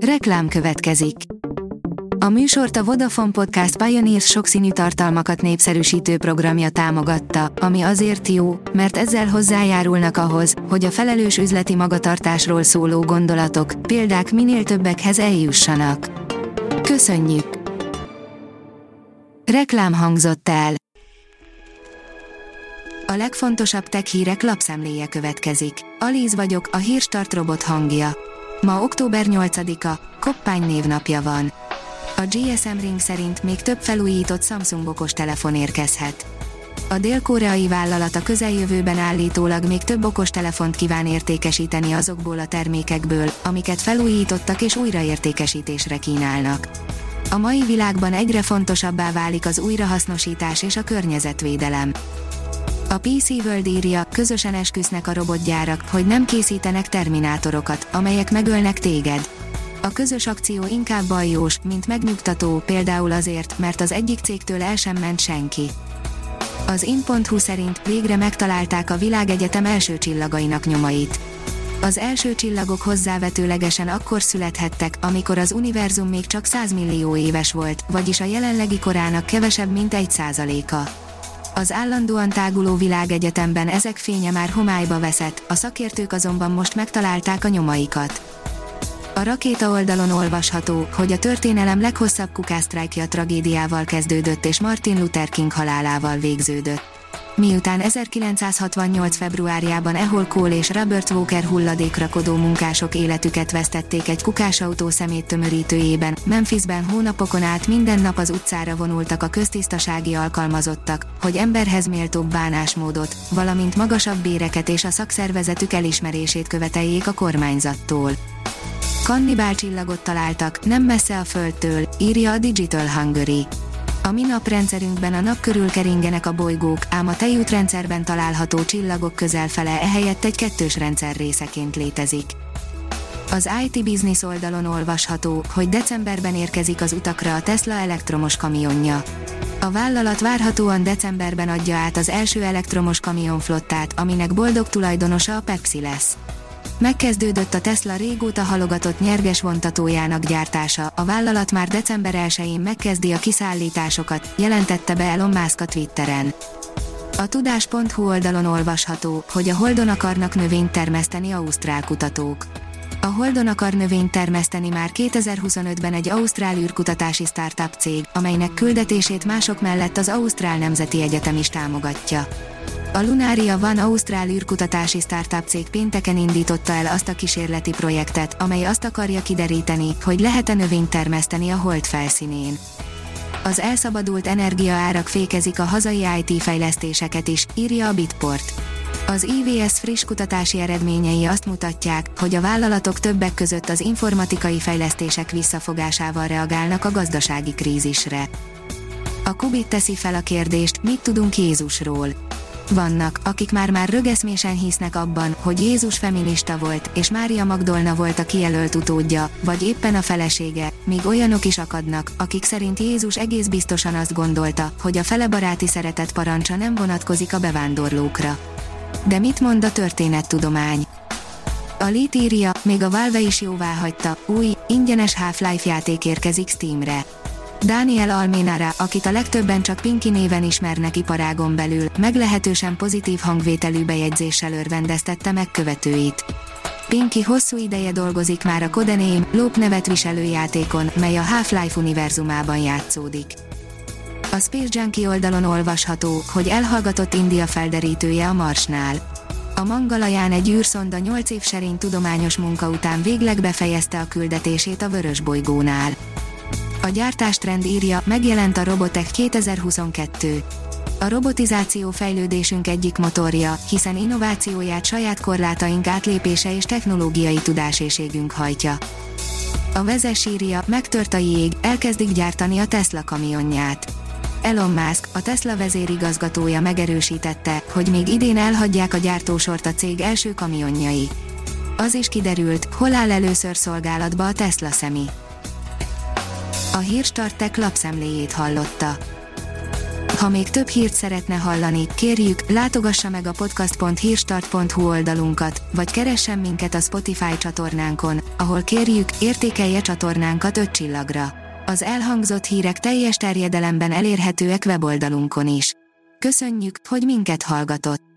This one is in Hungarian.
Reklám következik. A műsort a Vodafone Podcast Pioneers sokszínű tartalmakat népszerűsítő programja támogatta, ami azért jó, mert ezzel hozzájárulnak ahhoz, hogy a felelős üzleti magatartásról szóló gondolatok, példák minél többekhez eljussanak. Köszönjük! Reklám hangzott el. A legfontosabb tech hírek lapszemléje következik. Alíz vagyok, a Hírstart robot hangja. Ma október 8-a, Koppány névnapja van. A GSM Ring szerint még több felújított Samsung okostelefon érkezhet. A dél-koreai vállalat a közeljövőben állítólag még több okostelefont kíván értékesíteni azokból a termékekből, amiket felújítottak és újraértékesítésre kínálnak. A mai világban egyre fontosabbá válik az újrahasznosítás és a környezetvédelem. A PC World írja, közösen esküsznek a robotgyárak, hogy nem készítenek terminátorokat, amelyek megölnek téged. A közös akció inkább baljós, mint megnyugtató, például azért, mert az egyik cégtől el sem ment senki. Az in.hu szerint végre megtalálták a világegyetem első csillagainak nyomait. Az első csillagok hozzávetőlegesen akkor születhettek, amikor az univerzum még csak 100 millió éves volt, vagyis a jelenlegi korának kevesebb mint 1%-a. Az állandóan táguló világegyetemben ezek fénye már homályba veszett, a szakértők azonban most megtalálták a nyomaikat. A rakéta oldalon olvasható, hogy a történelem leghosszabb kukásztrájkja tragédiával kezdődött és Martin Luther King halálával végződött. Miután 1968. februárjában Ethel Cole és Robert Walker hulladékrakodó munkások életüket vesztették egy kukásautó szeméttömörítőjében, Memphisben hónapokon át minden nap az utcára vonultak a köztisztasági alkalmazottak, hogy emberhez méltóbb bánásmódot, valamint magasabb béreket és a szakszervezetük elismerését követeljék a kormányzattól. Kannibál csillagot találtak, nem messze a Földtől, írja a Digital Hungary. A mi naprendszerünkben a nap körül keringenek a bolygók, ám a tejútrendszerben található csillagok közelfele ehelyett egy kettős rendszer részeként létezik. Az IT Business oldalon olvasható, hogy decemberben érkezik az utakra a Tesla elektromos kamionja. A vállalat várhatóan decemberben adja át az első elektromos kamionflottát, aminek boldog tulajdonosa a Pepsi lesz. Megkezdődött a Tesla régóta halogatott nyerges vontatójának gyártása, a vállalat már december 1-én megkezdi a kiszállításokat, jelentette be Elon Musk a Twitteren. A tudás.hu oldalon olvasható, hogy a Holdon akarnak növényt termeszteni ausztrál kutatók. A Holdon akar növényt termeszteni már 2025-ben egy ausztrál űrkutatási startup cég, amelynek küldetését mások mellett az Ausztrál Nemzeti Egyetem is támogatja. A Lunaria One ausztrál űrkutatási startup cég pénteken indította el azt a kísérleti projektet, amely azt akarja kideríteni, hogy lehet-e növényt termeszteni a Hold felszínén. Az elszabadult energiaárak fékezik a hazai IT fejlesztéseket is, írja a Bitport. Az IVS friss kutatási eredményei azt mutatják, hogy a vállalatok többek között az informatikai fejlesztések visszafogásával reagálnak a gazdasági krízisre. A Kubit teszi fel a kérdést, mit tudunk Jézusról. Vannak, akik már rögeszmésen hisznek abban, hogy Jézus feminista volt, és Mária Magdolna volt a kijelölt utódja, vagy éppen a felesége, míg olyanok is akadnak, akik szerint Jézus egész biztosan azt gondolta, hogy a felebaráti szeretet parancsa nem vonatkozik a bevándorlókra. De mit mond a történettudomány? A Lead írja, még a Valve is jóváhagyta, új, ingyenes Half-Life játék érkezik Steamre. Daniel Almenara, akit a legtöbben csak Pinky néven ismernek iparágon belül, meglehetősen pozitív hangvételű bejegyzéssel örvendeztette megkövetőit. Pinky hosszú ideje dolgozik már a Codename Loop nevet viselő játékon, mely a Half-Life univerzumában játszódik. A Space Junkie oldalon olvasható, hogy elhallgatott India felderítője a Marsnál. A Mangalyaan egy űrszonda 8 év serény tudományos munka után végleg befejezte a küldetését a Vörösbolygónál. A gyártástrend írja, megjelent a Robotech 2022. A robotizáció fejlődésünk egyik motorja, hiszen innovációját saját korlátaink átlépése és technológiai tudásészségünk hajtja. A Vezes írja, megtört a jég, elkezdik gyártani a Tesla kamionját. Elon Musk, a Tesla vezérigazgatója megerősítette, hogy még idén elhagyják a gyártósort a cég első kamionjai. Az is kiderült, hol áll először szolgálatba a Tesla Semi. A Hírstart Tech lapszemléjét hallotta. Ha még több hírt szeretne hallani, kérjük, látogassa meg a podcast.hírstart.hu oldalunkat, vagy keressen minket a Spotify csatornánkon, ahol kérjük, értékelje csatornánkat 5 csillagra. Az elhangzott hírek teljes terjedelemben elérhetőek weboldalunkon is. Köszönjük, hogy minket hallgatott!